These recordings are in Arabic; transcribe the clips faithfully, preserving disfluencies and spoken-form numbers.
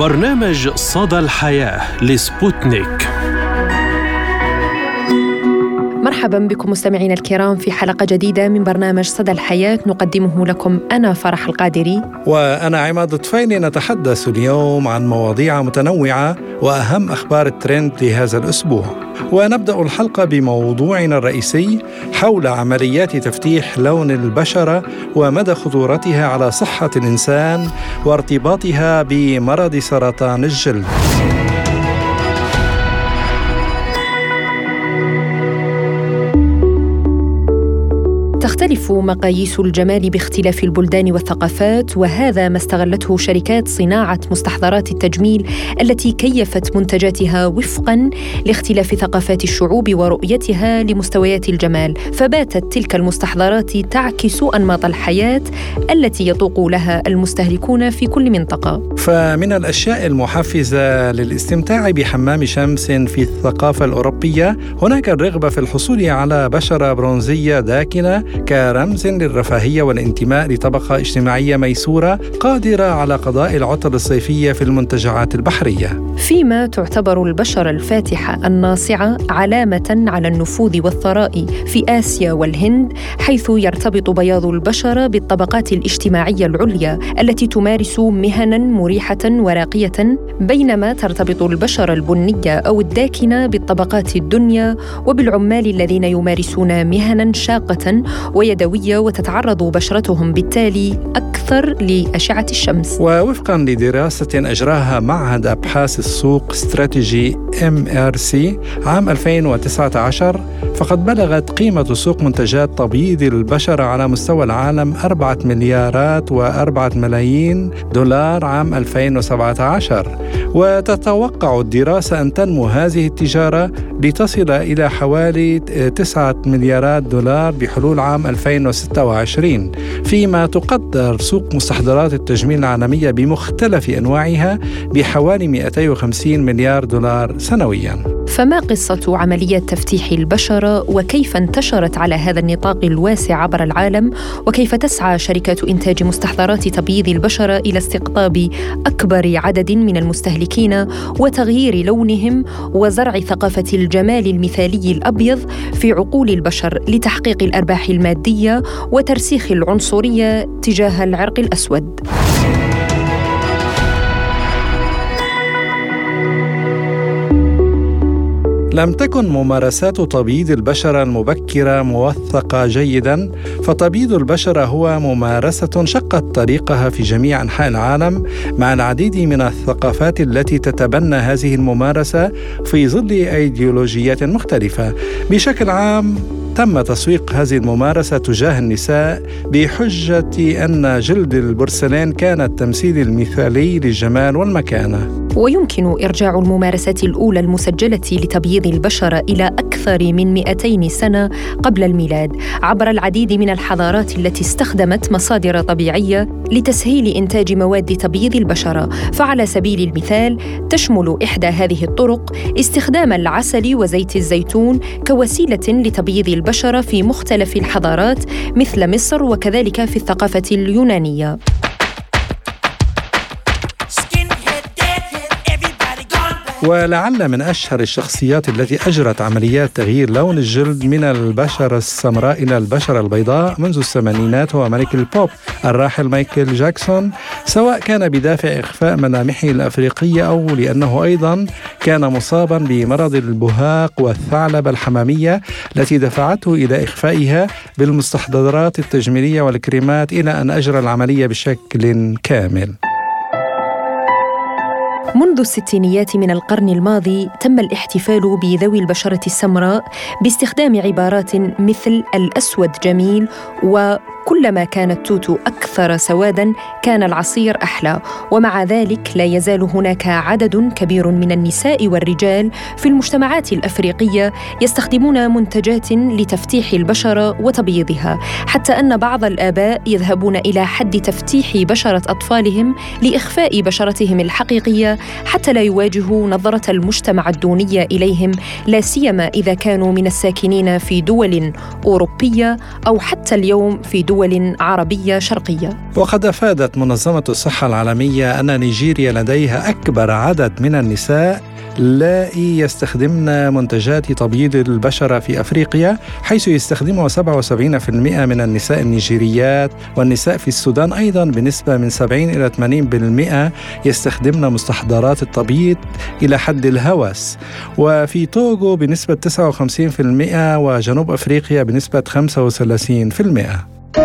برنامج صدى الحياة لسبوتنيك. مرحبا بكم مستمعينا الكرام في حلقة جديدة من برنامج صدى الحياة نقدمه لكم أنا فرح القادري وأنا عماد الطفيلي. نتحدث اليوم عن مواضيع متنوعة وأهم أخبار الترند لهذا الأسبوع، ونبدأ الحلقة بموضوعنا الرئيسي حول عمليات تفتيح لون البشرة ومدى خطورتها على صحة الإنسان وارتباطها بمرض سرطان الجلد. تختلف مقاييس الجمال باختلاف البلدان والثقافات، وهذا ما استغلته شركات صناعة مستحضرات التجميل التي كيفت منتجاتها وفقاً لاختلاف ثقافات الشعوب ورؤيتها لمستويات الجمال، فباتت تلك المستحضرات تعكس أنماط الحياة التي يطوق لها المستهلكون في كل منطقة. فمن الأشياء المحفزة للاستمتاع بحمام شمس في الثقافة الأوروبية هناك الرغبة في الحصول على بشرة برونزية داكنة كرمز للرفاهية والانتماء لطبقة اجتماعية ميسورة قادرة على قضاء العطل الصيفية في المنتجعات البحرية، فيما تعتبر البشرة الفاتحة الناصعة علامة على النفوذ والثراء في آسيا والهند، حيث يرتبط بياض البشرة بالطبقات الاجتماعية العليا التي تمارس مهنا مريحة وراقية، بينما ترتبط البشرة البنية أو الداكنة بالطبقات الدنيا وبالعمال الذين يمارسون مهنا شاقة ويدوية وتتعرض بشرتهم بالتالي أكثر لأشعة الشمس. ووفقاً لدراسة أجراها معهد أبحاث السوق استراتيجي إم آر سي عام ألفين وتسعة عشر، فقد بلغت قيمة سوق منتجات تبييض البشرة على مستوى العالم أربعة مليارات وأربعة ملايين دولار عام ألفين وسبعة عشر، وتتوقع الدراسة أن تنمو هذه التجارة لتصل إلى حوالي تسعة مليارات دولار بحلول عام ألفين وستة وعشرين، فيما تقدر سوق مستحضرات التجميل العالمية بمختلف أنواعها بحوالي مئتين وخمسين مليار دولار سنوياً. فما قصة عمليات تفتيح البشرة وكيف انتشرت على هذا النطاق الواسع عبر العالم، وكيف تسعى شركات إنتاج مستحضرات تبييض البشرة إلى استقطاب أكبر عدد من المستهلكين وتغيير لونهم وزرع ثقافة الجمال المثالي الأبيض في عقول البشر لتحقيق الأرباح المادية وترسيخ العنصرية تجاه العرق الأسود. لم تكن ممارسات تبييض البشرة المبكرة موثقة جيداً، فتبييض البشرة هو ممارسة شقت طريقها في جميع أنحاء العالم مع العديد من الثقافات التي تتبنى هذه الممارسة في ظل أيديولوجيات مختلفة. بشكل عام تم تسويق هذه الممارسة تجاه النساء بحجة أن جلد البورسلين كان التمثيل المثالي للجمال والمكانة. ويمكن إرجاع الممارسات الأولى المسجلة لتبييض البشرة إلى أكثر من مئتين سنة قبل الميلاد عبر العديد من الحضارات التي استخدمت مصادر طبيعية لتسهيل إنتاج مواد تبييض البشرة. فعلى سبيل المثال تشمل إحدى هذه الطرق استخدام العسل وزيت الزيتون كوسيلة لتبييض البشرة في مختلف الحضارات مثل مصر وكذلك في الثقافة اليونانية. ولعل من أشهر الشخصيات التي أجرت عمليات تغيير لون الجلد من البشرة السمراء إلى البشرة البيضاء منذ الثمانينات هو ملك البوب الراحل مايكل جاكسون، سواء كان بدافع إخفاء ملامحه الأفريقية أو لأنه أيضا كان مصابا بمرض البهاق والثعلبة الحمامية التي دفعته إلى إخفائها بالمستحضرات التجميلية والكريمات إلى أن أجرى العملية بشكل كامل. منذ الستينيات من القرن الماضي تم الاحتفال بذوي البشرة السمراء باستخدام عبارات مثل الأسود جميل، وكلما كان التوت أكثر سواداً كان العصير أحلى. ومع ذلك لا يزال هناك عدد كبير من النساء والرجال في المجتمعات الأفريقية يستخدمون منتجات لتفتيح البشرة وتبييضها، حتى أن بعض الآباء يذهبون إلى حد تفتيح بشرة أطفالهم لإخفاء بشرتهم الحقيقية حتى لا يواجهوا نظرة المجتمع الدونية إليهم، لا سيما إذا كانوا من الساكنين في دول أوروبية أو حتى اليوم في دول دول عربية شرقية. وقد أفادت منظمة الصحة العالمية أن نيجيريا لديها أكبر عدد من النساء اللائي يستخدمن منتجات تبييض البشرة في أفريقيا، حيث يستخدمها سبعة وسبعين بالمئة من النساء النيجيريات، والنساء في السودان أيضا بنسبة من سبعين إلى ثمانين بالمئة يستخدمن مستحضرات التبييض إلى حد الهوس، وفي توغو بنسبة تسعة وخمسين بالمئة، وجنوب أفريقيا بنسبة خمسة وثلاثين بالمئة.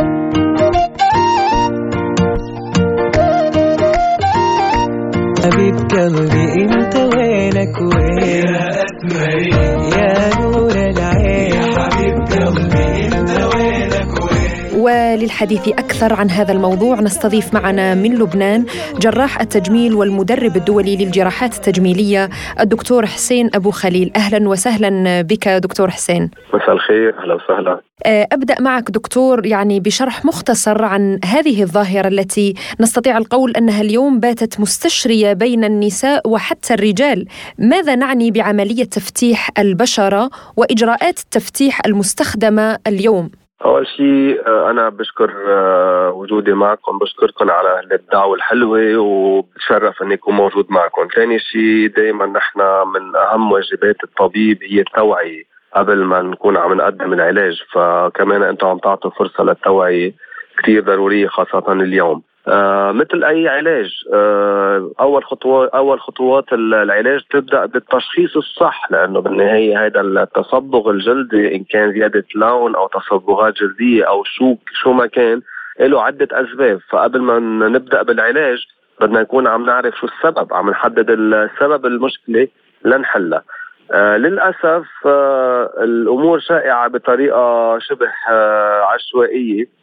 حبيب قلبي انت وينك وين يا أجمل يا نور العين، يا حبيب قلبي انت وينك وين. وللحديث أكثر عن هذا الموضوع نستضيف معنا من لبنان جراح التجميل والمدرب الدولي للجراحات التجميلية الدكتور حسين أبو خليل. أهلا وسهلا بك دكتور حسين. مساء الخير، أهلا وسهلا. أبدأ معك دكتور يعني بشرح مختصر عن هذه الظاهرة التي نستطيع القول أنها اليوم باتت مستشرية بين النساء وحتى الرجال. ماذا نعني بعملية تفتيح البشرة وإجراءات التفتيح المستخدمة اليوم؟ أول شيء أنا بشكر وجودي معكم، بشكركم على الدعوة الحلوة وبتشرف أن يكون موجود معكم. ثاني شيء دايما نحن من أهم واجبات الطبيب هي التوعية قبل ما نكون عم نقدم العلاج، فكمان أنتم عم تعطوا فرصة للتوعية كتير ضرورية خاصة اليوم. آه مثل أي علاج، آه أول خطوة أول خطوات العلاج تبدأ بالتشخيص الصح، لأنه بالنهاية هذا التصبغ الجلدي إن كان زيادة لون أو تصبغات جلدية أو شوك شو ما كان له عدة أسباب. فقبل ما نبدأ بالعلاج بدنا نكون عم نعرف شو السبب، عم نحدد السبب المشكلة لنحلها. آه للأسف آه الأمور شائعة بطريقة شبه آه عشوائية،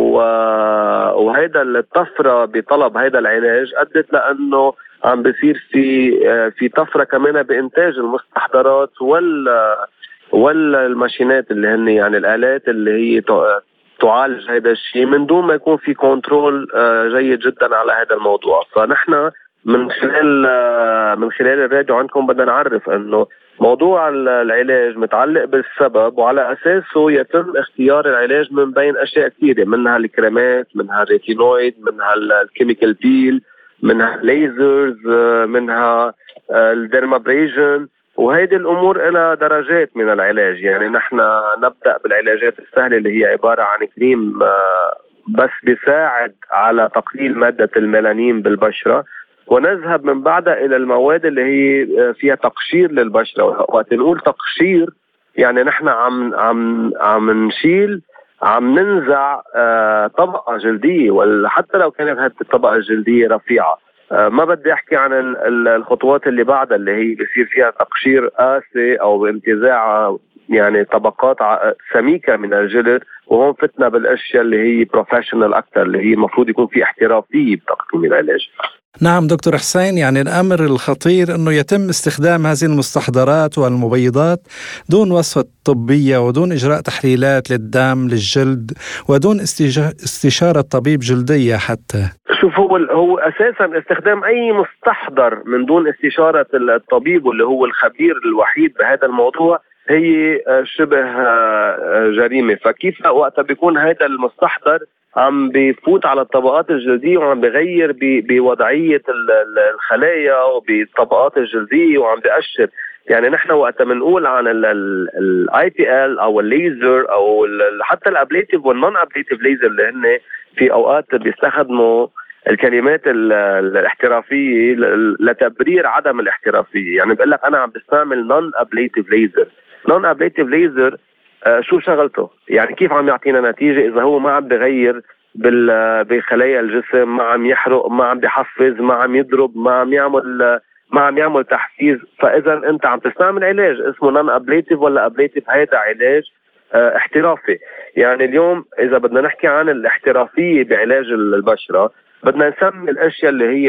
وهيدا الطفرة بطلب هيدا العلاج أدت لأنه عم بيصير في في طفرة كمان بإنتاج المستحضرات وال والماشينات اللي هن يعني الآلات اللي هي تعالج هيدا الشيء من دون ما يكون في كنترول جيد جدا على هذا الموضوع. فنحن من خلال من خلال الراديو عندكم بدنا نعرف انه موضوع العلاج متعلق بالسبب، وعلى اساسه يتم اختيار العلاج من بين اشياء كثيره، منها الكريمات، منها الريتينويد، منها الكيميكال بيل، منها الليزرز، منها الديرمابريجن، وهيدي الامور لها درجات من العلاج. يعني نحن نبدا بالعلاجات السهله اللي هي عباره عن كريم بس بيساعد على تقليل ماده الميلانين بالبشره، ونذهب من بعدها إلى المواد اللي هي فيها تقشير للبشرة. وقت نقول تقشير يعني نحن عم عم عم نشيل عم ننزع آه طبقة جلدية، وحتى لو كانت هذه الطبقة الجلدية رفيعة. آه ما بدي أحكي عن الخطوات اللي بعدها اللي هي بيصير فيها تقشير قاسي أو انتزاع يعني طبقات سميكة من الجلد، وهون فتنا بالأشياء اللي هي بروفيشنال أكتر، اللي هي المفروض يكون في احترافية بتقديم العلاج. نعم دكتور حسين، يعني الأمر الخطير أنه يتم استخدام هذه المستحضرات والمبيضات دون وصفة طبية ودون إجراء تحليلات للدم للجلد ودون استشارة طبيب جلدية حتى. شوف، هو هو أساسا استخدام أي مستحضر من دون استشارة الطبيب واللي هو الخبير الوحيد بهذا الموضوع هي شبه جريمة. فكيف وقتها بيكون هذا المستحضر عم بيفوت على الطبقات الجلدية وعم بيغير بوضعية الخلايا وبالطبقات الجلدية وعم بيأشر. يعني نحن وقت بنقول عن الاي بي ال او الليزر او حتى الابليتيف والنون ابليتيف ليزر اللي هن في اوقات بيستخدموا الكلمات الاحترافية لتبرير عدم الاحترافية. يعني بقول لك انا عم بستعمل نون ابليتيف ليزر. نون ابليتيف ليزر آه شو شغلته؟ يعني كيف عم يعطينا نتيجة إذا هو ما عم بغير بخلايا الجسم، ما عم يحرق، ما عم بيحفز، ما عم يضرب، ما عم يعمل ما عم يعمل تحفيز. فإذا أنت عم تستعمل علاج اسمه نون أبليتيف ولا أبليتيف، هيدا علاج آه احترافي. يعني اليوم إذا بدنا نحكي عن الاحترافية بعلاج البشرة بدنا نسمي الأشياء اللي هي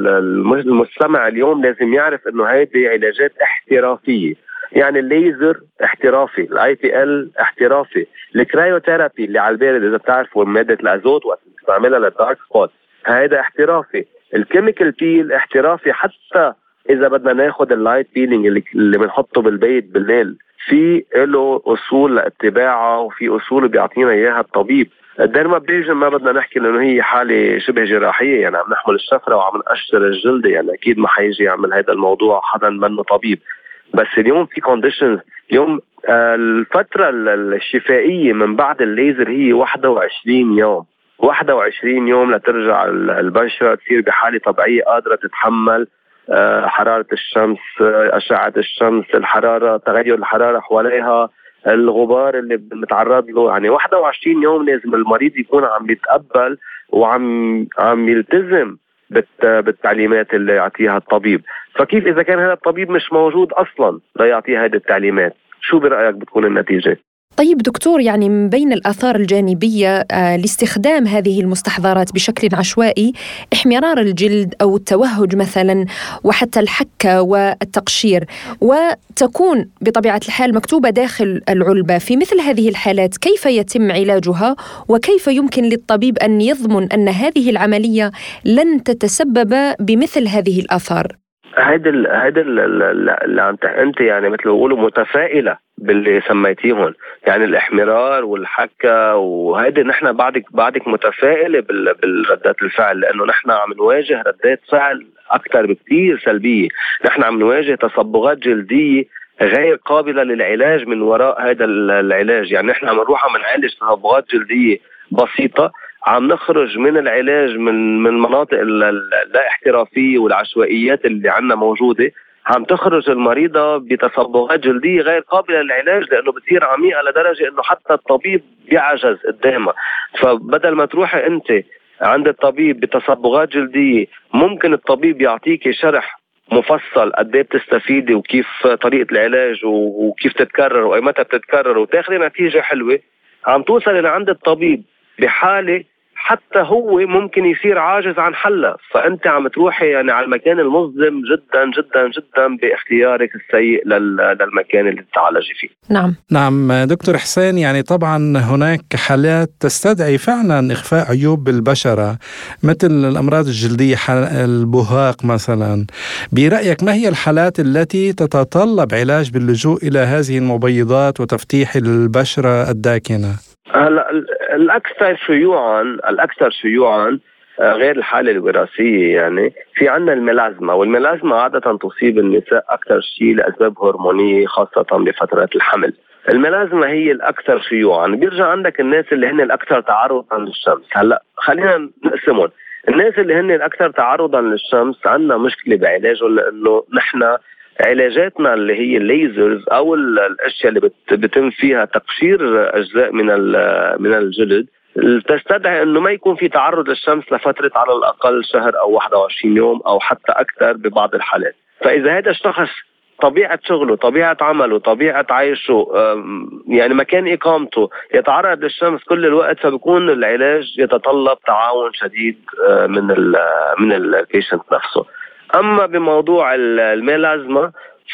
المستمع اليوم لازم يعرف إنه هيدي علاجات احترافية. يعني الليزر احترافي، الاي بي ال احترافي، الكرايوثيرابي اللي على البارد اذا بتعرفوا ماده الازوت وقت بنستعملها للدارك سبوت هيدا احترافي، الكيميكال بيل احترافي، حتى اذا بدنا ناخذ اللايت بيلينج اللي اللي بنحطه بالبيت بالليل في له أصول لاتباعها وفي أصول بيعطينا إياها الطبيب. الديرمابريجن ما بدنا نحكي لأنه هي حالة شبه جراحية، يعني عم نحمل الشفرة وعم نقشر الجلد، يعني أكيد ما حيجي يعمل هذا الموضوع حدا منه طبيب. بس اليوم في كونديشنز، اليوم الفترة الشفائية من بعد الليزر هي واحد وعشرين يوم، واحد وعشرين يوم لترجع البشرة تصير بحالة طبيعية قادرة تتحمل حرارة الشمس، أشعة الشمس، الحرارة، تغير الحرارة حواليها، الغبار اللي بنتعرض له. يعني واحد وعشرين يوم لازم المريض يكون عم يتقبل وعم عم يلتزم بالتعليمات اللي يعطيها الطبيب. فكيف إذا كان هذا الطبيب مش موجود أصلا ليعطيه هذه التعليمات؟ شو برأيك بتكون النتيجة؟ طيب دكتور، يعني من بين الآثار الجانبية لاستخدام هذه المستحضرات بشكل عشوائي احمرار الجلد أو التوهج مثلا، وحتى الحكة والتقشير، وتكون بطبيعة الحال مكتوبة داخل العلبة. في مثل هذه الحالات كيف يتم علاجها، وكيف يمكن للطبيب أن يضمن أن هذه العملية لن تتسبب بمثل هذه الآثار؟ هيدا ال هيدا اللي انت انت يعني مثل بيقولوا متفائله باللي سميتيهم، يعني الاحمرار والحكه، وهيدا نحن بعدك بعدك متفائله بالردات الفعل، لانه نحن عم نواجه ردات فعل اكثر بكثير سلبيه. نحن عم نواجه تصبغات جلديه غير قابله للعلاج من وراء هذا العلاج. يعني نحن عم نروح عم نعالج تصبغات جلديه بسيطه، عم نخرج من العلاج من من مناطق اللا احترافية والعشوائيات اللي عنا موجودة، عم تخرج المريضة بتصبغات جلدية غير قابلة للعلاج، لأنه بتصير عميقة لدرجة أنه حتى الطبيب بيعجز قدامها. فبدل ما تروحي أنت عند الطبيب بتصبغات جلدية، ممكن الطبيب يعطيك شرح مفصل قد ايه بتستفيدي وكيف طريقة العلاج وكيف تتكرر وأيمتى بتتكرر وتاخذي نتيجة حلوة، عم توصل إلى عند الطبيب بحالة حتى هو ممكن يصير عاجز عن حلها. فأنت عم تروحي يعني على المكان المظلم جدا جدا جدا باختيارك السيء للمكان اللي تتعالجي فيه. نعم نعم دكتور حسين، يعني طبعا هناك حالات تستدعي فعلا إخفاء عيوب بالبشرة مثل الأمراض الجلدية، البهاق مثلا. برأيك ما هي الحالات التي تتطلب علاج باللجوء إلى هذه المبيضات وتفتيح البشرة الداكنة؟ هلا الاكثر شيوعا الاكثر شيوعا غير الحاله الوراثيه، يعني في عندنا الميلازما، والميلازما عاده تصيب النساء اكثر شيء لاسباب هرمونيه خاصه بفترات الحمل. الميلازما هي الاكثر شيوعا. بيرجع عندك الناس اللي هن الاكثر تعرضا للشمس. هلا خلينا نقسمهم. الناس اللي هن الاكثر تعرضا للشمس عندنا مشكله بعلاجه، لانه نحن علاجاتنا اللي هي الليزرز او الاشياء اللي بتم فيها تقشير اجزاء من من الجلد تستدعي انه ما يكون في تعرض للشمس لفتره على الاقل شهر او واحد وعشرين يوم او حتى اكثر ببعض الحالات. فاذا هذا الشخص طبيعه شغله، طبيعه عمله، طبيعه عيشه، يعني مكان اقامته يتعرض للشمس كل الوقت، فبيكون العلاج يتطلب تعاون شديد من ال من البيشنت نفسه. أما بموضوع الميلازما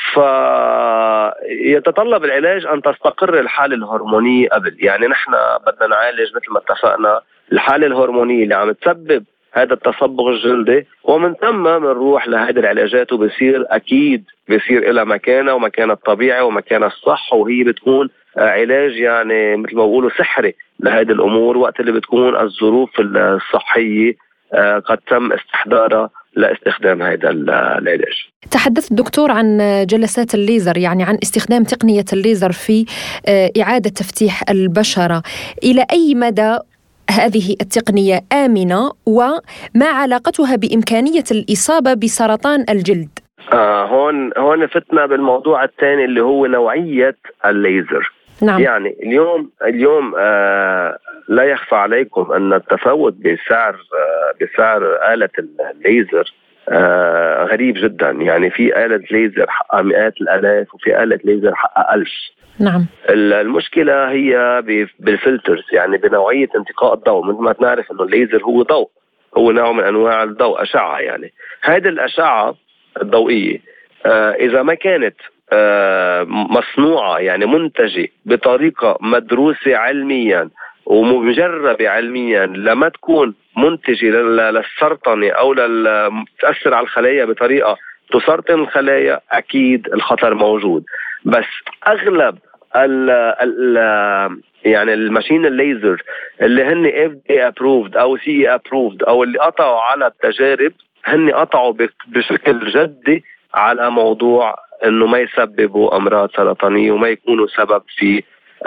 فيتطلب العلاج أن تستقر الحالة الهرمونية قبل. يعني نحن بدنا نعالج مثل ما اتفقنا الحالة الهرمونية اللي عم تسبب هذا التصبغ الجلدي، ومن ثم بنروح لهذه العلاجات وبصير أكيد بصير إلى مكانه ومكانه الطبيعي ومكانه الصح، وهي بتكون علاج يعني مثل ما بقولوا سحري لهذه الأمور وقت اللي بتكون الظروف الصحية قد تم استحضارها لاستخدام هذا العلاج. تحدثت دكتور عن جلسات الليزر، يعني عن استخدام تقنية الليزر في إعادة تفتيح البشرة. إلى أي مدى هذه التقنية آمنة، وما علاقتها بإمكانية الإصابة بسرطان الجلد؟ آه هون هون فتنا بالموضوع الثاني اللي هو نوعية الليزر. نعم. يعني اليوم اليوم آه لا يخفى عليكم أن التفاوت بسعر آه بسعر آلة الليزر آه غريب جدا. يعني في آلة ليزر حقها مئات الآلاف وفي آلة ليزر حقها ألف. نعم. المشكلة هي بالفلترز، يعني بنوعية انتقاء الضوء. مثل ما نعرف أنه الليزر هو ضوء، هو نوع من أنواع الضوء، أشعة. يعني هذه الأشعة الضوئية آه إذا ما كانت آه مصنوعة، يعني منتجة بطريقة مدروسة علميا ومجربة علميا، لما تكون منتجة للسرطنة أو لتأثر على الخلايا بطريقة تسرطن الخلايا، أكيد الخطر موجود. بس أغلب ال ال يعني الماشين الليزر اللي هن إف دي إيه approved أو سي إي approved أو اللي قطعوا على التجارب، هن قطعوا بشكل جدي على موضوع إنه ما يسببوا أمراض سرطانية وما يكونوا سبب في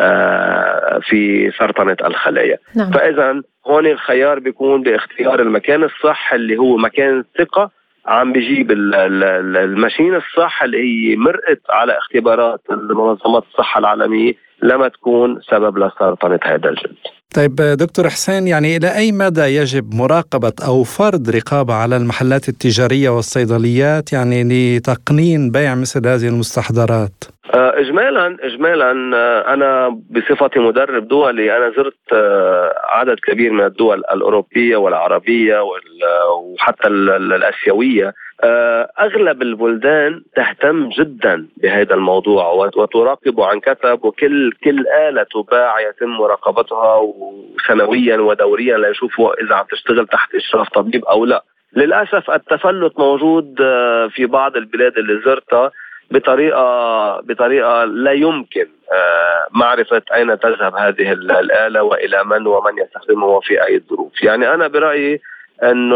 آه في سرطانة الخلايا. نعم. فإذا هون الخيار بيكون باختيار المكان الصح اللي هو مكان ثقة، عم بيجيب الماشين الصح اللي هي مرقت على اختبارات منظمات الصحة العالمية لما تكون سبب لسرطانة هذا الجلد. طيب دكتور حسين، يعني إلى أي مدى يجب مراقبة أو فرض رقابة على المحلات التجارية والصيدليات يعني لتقنين بيع مثل هذه المستحضرات؟ إجمالا إجمالا أنا بصفتي مدرب دولي أنا زرت عدد كبير من الدول الأوروبية والعربية وحتى الآسيوية. أغلب البلدان تهتم جدا بهذا الموضوع وتراقب عن كثب، وكل كل آلة تباع يتم مراقبتها سنويا ودوريا ليشوفوا إذا عم تشتغل تحت إشراف طبيب أو لا. للأسف التفلت موجود في بعض البلاد اللي زرتها بطريقة بطريقة لا يمكن معرفة أين تذهب هذه الآلة وإلى من ومن يستخدمها وفي أي ظروف. يعني أنا برأيي أنه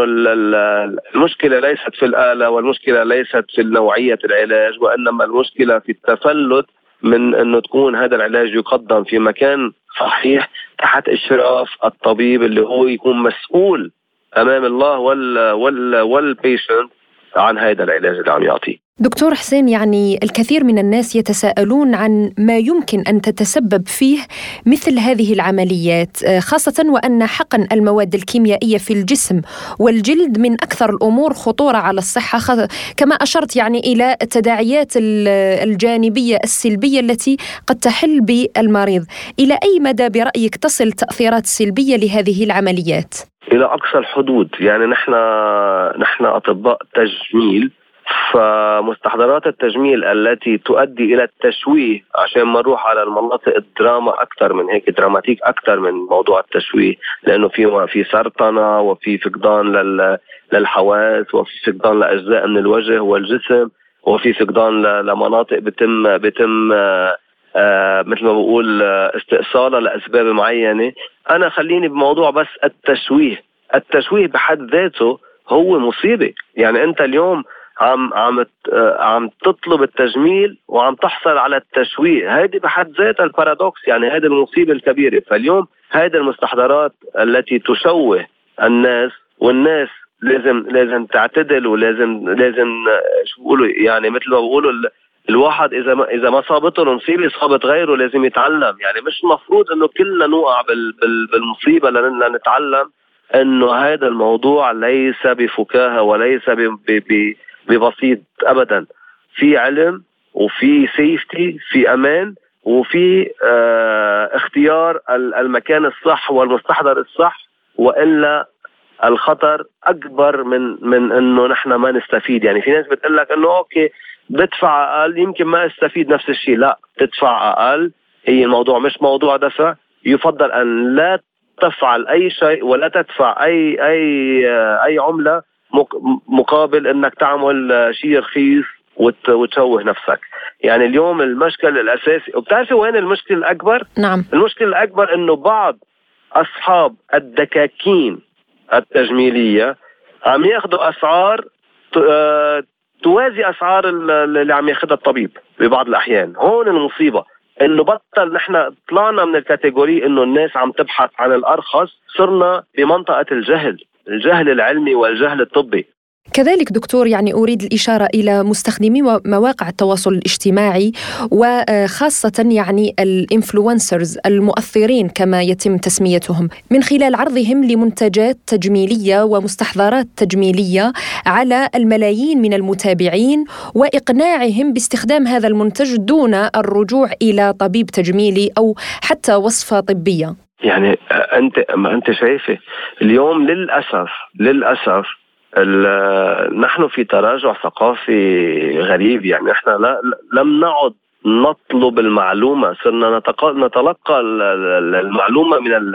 المشكلة ليست في الآلة والمشكلة ليست في نوعية العلاج، وإنما المشكلة في التفلت من أنه تكون هذا العلاج يقدم في مكان صحيح تحت إشراف الطبيب اللي هو يكون مسؤول أمام الله وال وال والبيشنت عن هذا العلاج اللي عم يعطيه. دكتور حسين، يعني الكثير من الناس يتساءلون عن ما يمكن أن تتسبب فيه مثل هذه العمليات، خاصة وأن حقن المواد الكيميائية في الجسم والجلد من أكثر الأمور خطورة على الصحة، كما أشرت يعني إلى التداعيات الجانبية السلبية التي قد تحل بالمريض. إلى أي مدى برأيك تصل التأثيرات السلبية لهذه العمليات؟ إلى أقصى الحدود. يعني نحن نحن أطباء تجميل، فمستحضرات التجميل التي تؤدي إلى التشويه، عشان ما نروح على المناطق الدراما أكثر من هيك، دراماتيك أكثر من موضوع التشويه، لأنه في في سرطنة وفي فقدان للحواس وفي فقدان لأجزاء من الوجه والجسم وفي فقدان لمناطق بتم بتم آه مثل ما بقول استئصالها لأسباب معينة. أنا خليني بموضوع بس التشويه. التشويه بحد ذاته هو مصيبة. يعني أنت اليوم عم عم عم تطلب التجميل وعم تحصل على التشويه، هذه بحد ذاتها البارادوكس، يعني هذه المصيبة الكبيرة. فاليوم هذه المستحضرات التي تشوه الناس، والناس لازم لازم تعتدل ولازم لازم شو بيقولوا يعني مثل ما بيقولوا الواحد إذا ما إذا ما صابته المصيبة صابت غيره، لازم يتعلم. يعني مش مفروض إنه كلنا نوقع بال بال بالمصيبة لأننا نتعلم إنه هذا الموضوع ليس بفكاهة وليس ببسيط أبدا. في علم وفي سيفتي، في أمان، وفي اه اختيار المكان الصح والمستحضر الصح، وإلا الخطر أكبر من من إنه نحن ما نستفيد. يعني في ناس بتقولك إنه أوكي بدفع أقل يمكن ما استفيد نفس الشيء. لا، تدفع أقل. هي الموضوع مش موضوع دفع. يفضل أن لا تفعل أي شيء ولا تدفع أي أي أي عملة مقابل إنك تعمل شيء رخيص وتشوه نفسك. يعني اليوم المشكلة الأساسي، وبتعرفي وين المشكلة الأكبر؟ نعم. المشكلة الأكبر إنه بعض أصحاب الدكاكين التجميلية عم ياخدوا أسعار توازي أسعار اللي عم ياخدها الطبيب ببعض الأحيان. هون المصيبة، إنه بطل نحن طلعنا من الكاتيجوري إنه الناس عم تبحث عن الأرخص، صرنا بمنطقة الجهل، الجهل العلمي والجهل الطبي. كذلك دكتور، يعني أريد الإشارة إلى مستخدمي مواقع التواصل الاجتماعي، وخاصة يعني الإنفلونسرز المؤثرين كما يتم تسميتهم، من خلال عرضهم لمنتجات تجميلية ومستحضرات تجميلية على الملايين من المتابعين، وإقناعهم باستخدام هذا المنتج دون الرجوع إلى طبيب تجميلي أو حتى وصفة طبية. يعني أنت ما أنت شايفة اليوم للأسف للأسف نحن في تراجع ثقافي غريب. يعني احنا لا لم نعد نطلب المعلومة، صرنا نتلقى المعلومة من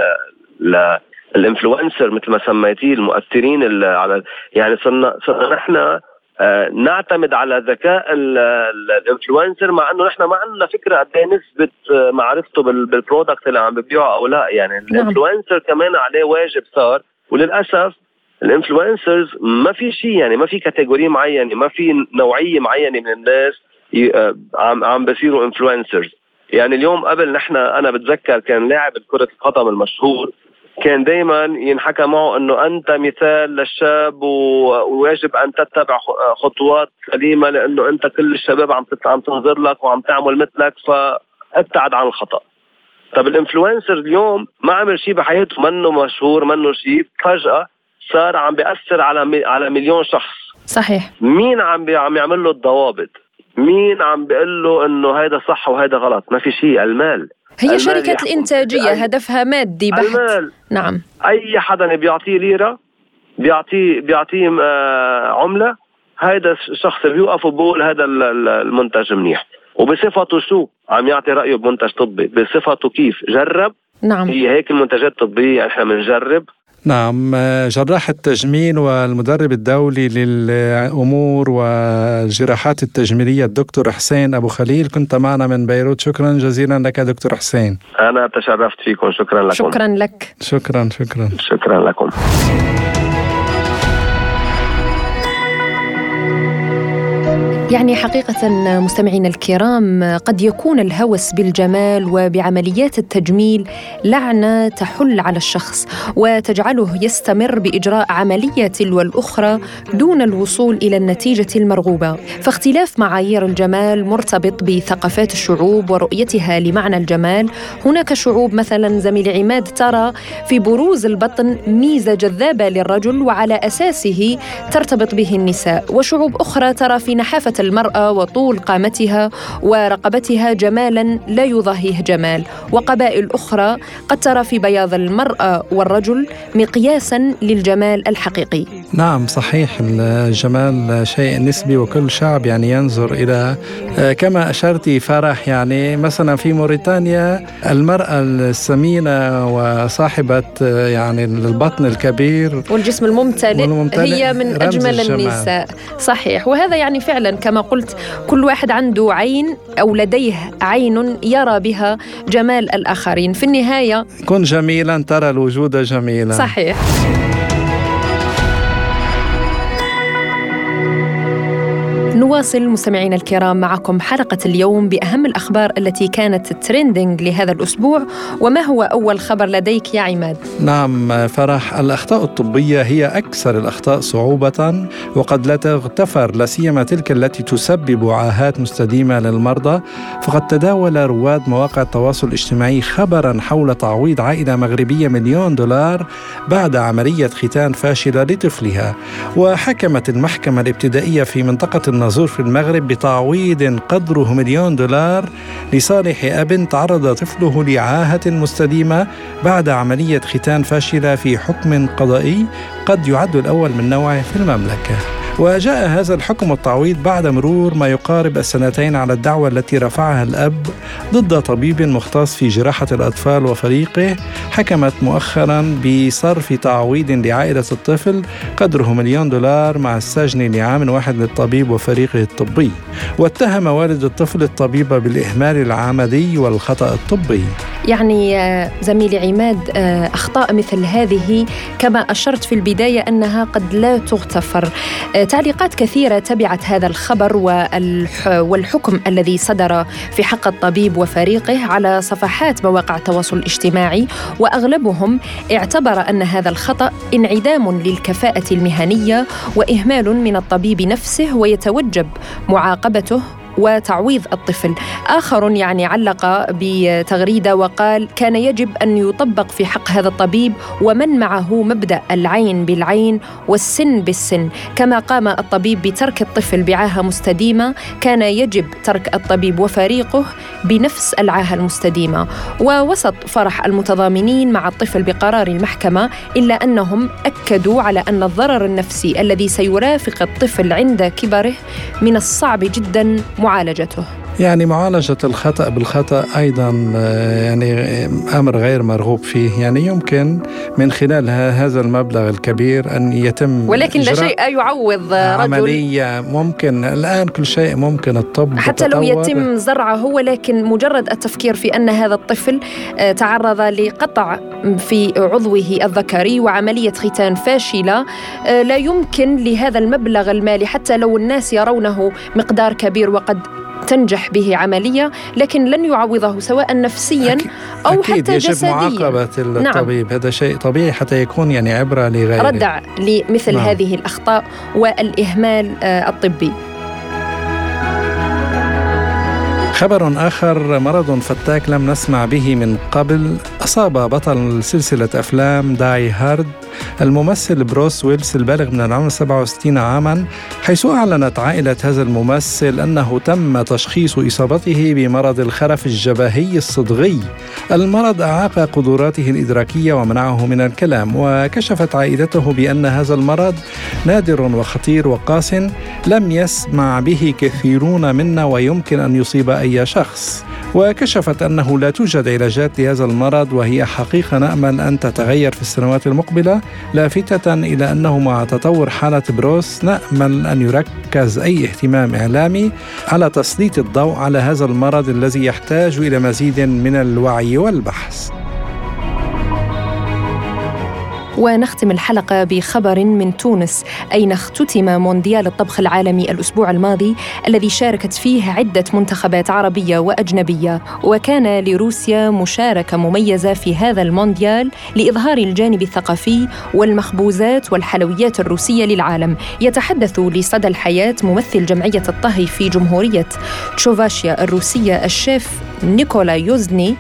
الانفلونسر مثل ما سميتيه، المؤثرين على. يعني صرنا صرنا نحن آه نعتمد على ذكاء الانفلونسر، مع انه نحن ما عندنا فكره قد ايه نسبه معرفته بالبرودكت اللي عم ببيعه او لا. يعني الانفلونسر كمان عليه واجب صار، وللاسف الانفلونسرز ما في شيء، يعني ما في كاتيجوري معينه، ما في نوعيه معينه من الناس عم عم بصيروا انفلونسرز. يعني اليوم قبل نحن انا بتذكر كان لاعب كرة القدم المشهور كان دايما ينحكى معه انه انت مثال للشاب وواجب ان تتبع خطوات سليمه، لانه انت كل الشباب عم عم تنظر لك وعم تعمل مثلك، فابتعد عن الخطا. طب الانفلونسر اليوم ما عمل شيء بحياته، منه مشهور منه شيء، فجاه صار عم بيأثر على على مليون شخص. صحيح. مين عم عم يعمل له الضوابط؟ مين عم بيقول له انه هيدا صح وهيدا غلط؟ ما في شيء. المال. هي شركة الإنتاجية هدفها مادي بحت. المال. نعم. أي حدا بيعطيه ليرة بيعطيه بيعطيه عملة، هيدا الشخص بيوقف وبقول هذا المنتج منيح، وبصفته شو عم يعطي رأيه بمنتج طبي، بصفته كيف جرب. نعم. هي هيك المنتجات الطبية احنا بنجرب. نعم. جراح التجميل والمدرب الدولي للأمور والجراحات التجميلية الدكتور حسين أبو خليل، كنت معنا من بيروت. شكرا جزيلا لك دكتور حسين. أنا تشرفت فيكم. شكرا لكم. شكرا لك. شكرا شكرا شكرا لكم. يعني حقيقة مستمعينا الكرام، قد يكون الهوس بالجمال وبعمليات التجميل لعنة تحل على الشخص وتجعله يستمر بإجراء عملية تلو الأخرى دون الوصول إلى النتيجة المرغوبة. فاختلاف معايير الجمال مرتبط بثقافات الشعوب ورؤيتها لمعنى الجمال. هناك شعوب مثلا زميل عماد ترى في بروز البطن ميزة جذابة للرجل وعلى أساسه ترتبط به النساء، وشعوب أخرى ترى في نحافة المرأة وطول قامتها ورقبتها جمالا لا يضاهيه جمال، وقبائل أخرى قد ترى في بياض المرأة والرجل مقياسا للجمال الحقيقي. نعم صحيح، الجمال شيء نسبي وكل شعب يعني ينظر إلى كما أشرتي فرح. يعني مثلا في موريتانيا المرأة السمينة وصاحبة يعني البطن الكبير والجسم الممتلئ هي من أجمل النساء. صحيح. وهذا يعني فعلا كما قلت كل واحد عنده عين أو لديه عين يرى بها جمال الآخرين. في النهاية كن جميلا ترى الوجود جميلا. صحيح. نواصل مستمعينا الكرام معكم حلقة اليوم بأهم الأخبار التي كانت تريندينج لهذا الأسبوع. وما هو أول خبر لديك يا عماد؟ نعم فرح، الأخطاء الطبية هي أكثر الأخطاء صعوبة وقد لا تغتفر، لا سيما تلك التي تسبب عاهات مستديمة للمرضى. فقد تداول رواد مواقع التواصل الاجتماعي خبرا حول تعويض عائلة مغربية مليون دولار بعد عملية ختان فاشلة لطفلها. وحكمت المحكمة الابتدائية في منطقة الناظور في المغرب بتعويض قدره مليون دولار لصالح أب تعرض طفله لعاهة مستديمة بعد عملية ختان فاشلة في حكم قضائي قد يعد الأول من نوعه في المملكة. وجاء هذا الحكم التعويض بعد مرور ما يقارب السنتين على الدعوى التي رفعها الأب ضد طبيب مختص في جراحة الأطفال وفريقه. حكمت مؤخرا بصرف تعويض لعائلة الطفل قدره مليون دولار مع السجن لعام واحد للطبيب وفريقه الطبي. واتهم والد الطفل الطبيب بالإهمال العمدي والخطأ الطبي. يعني زميلي عماد، أخطاء مثل هذه كما أشرت في البداية أنها قد لا تغتفر. تعليقات كثيرة تبعت هذا الخبر والحكم الذي صدر في حق الطبيب وفريقه على صفحات مواقع التواصل الاجتماعي، وأغلبهم اعتبر أن هذا الخطأ انعدام للكفاءة المهنية وإهمال من الطبيب نفسه ويتوجب معاقبته وتعويض الطفل. آخر يعني علق بتغريدة وقال كان يجب أن يطبق في حق هذا الطبيب ومن معه مبدأ العين بالعين والسن بالسن. كما قام الطبيب بترك الطفل بعاهة مستديمة كان يجب ترك الطبيب وفريقه بنفس العاهة المستديمة. ووسط فرح المتضامنين مع الطفل بقرار المحكمة، إلا أنهم أكدوا على أن الضرر النفسي الذي سيرافق الطفل عند كبره من الصعب جدا معالجته. يعني معالجة الخطأ بالخطأ أيضا يعني أمر غير مرغوب فيه. يعني يمكن من خلال هذا المبلغ الكبير أن يتم ولكن لا شيء يعوض عملية رجل. ممكن الآن كل شيء ممكن، الطب حتى لو يتم زرعه، ولكن مجرد التفكير في أن هذا الطفل تعرض لقطع في عضوه الذكري وعملية ختان فاشلة، لا يمكن لهذا المبلغ المالي حتى لو الناس يرونه مقدار كبير وقد تنجح به عملية، لكن لن يعوضه سواء نفسيا أو أكيد حتى يجب جسديا. معاقبة الطبيب. نعم. هذا شيء طبيعي حتى يكون يعني عبرة لغيره، ردع لمثل نعم. هذه الأخطاء والإهمال الطبي. خبر آخر، مرض فتاك لم نسمع به من قبل أصاب بطل سلسلة أفلام داي هارد الممثل بروس ويلس البالغ من العمر سبعة وستين عاما، حيث أعلنت عائلة هذا الممثل أنه تم تشخيص إصابته بمرض الخرف الجبهي الصدغي. المرض أعاق قدراته الإدراكية ومنعه من الكلام، وكشفت عائلته بأن هذا المرض نادر وخطير وقاس لم يسمع به كثيرون منا ويمكن أن يصيب أي شخص. وكشفت أنه لا توجد علاجات لهذا المرض، وهي حقيقة نأمل أن تتغير في السنوات المقبلة، لافتة إلى أنه مع تطور حالة بروس نأمل أن يركز أي اهتمام إعلامي على تسليط الضوء على هذا المرض الذي يحتاج إلى مزيد من الوعي والبحث. ونختم الحلقة بخبر من تونس، أين اختتم مونديال الطبخ العالمي الأسبوع الماضي الذي شاركت فيه عدة منتخبات عربية وأجنبية. وكان لروسيا مشاركة مميزة في هذا المونديال لإظهار الجانب الثقافي والمخبوزات والحلويات الروسية للعالم. يتحدث لصدى الحياة ممثل جمعية الطهي في جمهورية تشوفاشيا الروسية الشيف نيكولا يوزني.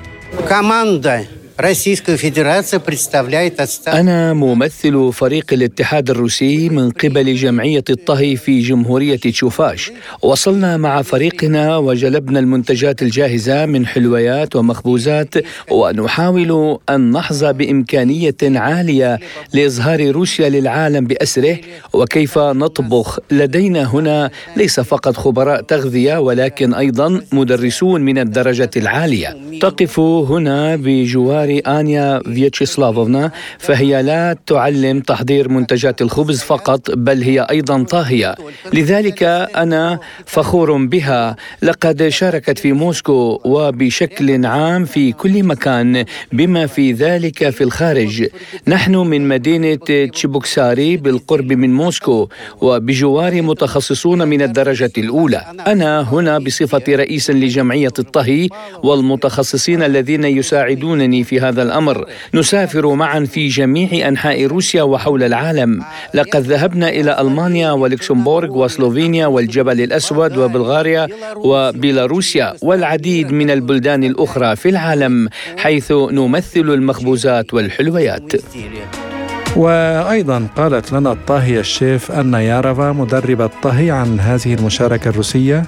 أنا ممثل فريق الاتحاد الروسي من قبل جمعية الطهي في جمهورية تشوفاش. وصلنا مع فريقنا وجلبنا المنتجات الجاهزة من حلويات ومخبوزات، ونحاول أن نحظى بإمكانية عالية لإظهار روسيا للعالم بأسره وكيف نطبخ. لدينا هنا ليس فقط خبراء تغذية ولكن أيضا مدرسون من الدرجة العالية. تقف هنا بجوار آنيا فيتشيسلافوفنا، فهي لا تعلم تحضير منتجات الخبز فقط بل هي أيضا طاهية، لذلك أنا فخور بها. لقد شاركت في موسكو وبشكل عام في كل مكان بما في ذلك في الخارج. نحن من مدينة تشيبوكساري بالقرب من موسكو وبجوار متخصصون من الدرجة الأولى. أنا هنا بصفة رئيس لجمعية الطهي والمتخصصين الذين يساعدونني في هذا الأمر. نسافر معا في جميع أنحاء روسيا وحول العالم. لقد ذهبنا إلى ألمانيا ولكسمبورغ وسلوفينيا والجبل الأسود وبلغاريا وبيلاروسيا والعديد من البلدان الأخرى في العالم حيث نمثل المخبوزات والحلويات. وأيضا قالت لنا الطاهية الشيف أنا يارافا مدربة الطهي عن هذه المشاركة الروسية.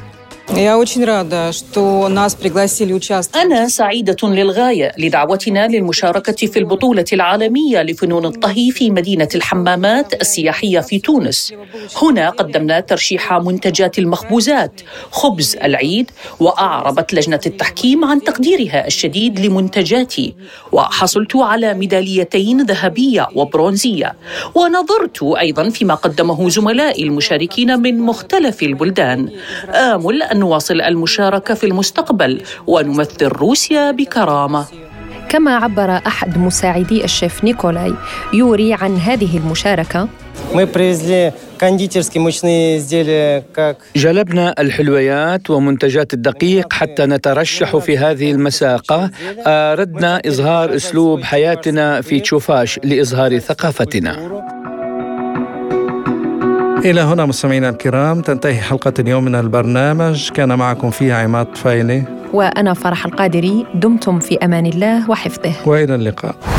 أنا سعيدة للغاية لدعوتنا للمشاركة في البطولة العالمية لفنون الطهي في مدينة الحمامات السياحية في تونس. هنا قدمنا ترشيح منتجات المخبوزات خبز العيد، وأعربت لجنة التحكيم عن تقديرها الشديد لمنتجاتي، وحصلت على ميداليتين ذهبية وبرونزية. ونظرت أيضا فيما قدمه زملائي المشاركين من مختلف البلدان. آمل أن نواصل المشاركة في المستقبل ونمثل روسيا بكرامة. كما عبر أحد مساعدي الشيف نيكولاي يوري عن هذه المشاركة. جلبنا الحلويات ومنتجات الدقيق حتى نترشح في هذه المساقة. أردنا إظهار أسلوب حياتنا في تشوفاش لإظهار ثقافتنا. إلى هنا مستمعينا الكرام تنتهي حلقة اليوم من البرنامج. كان معكم فيها عماد فايلي وأنا فرح القادري. دمتم في أمان الله وحفظه، وإلى اللقاء.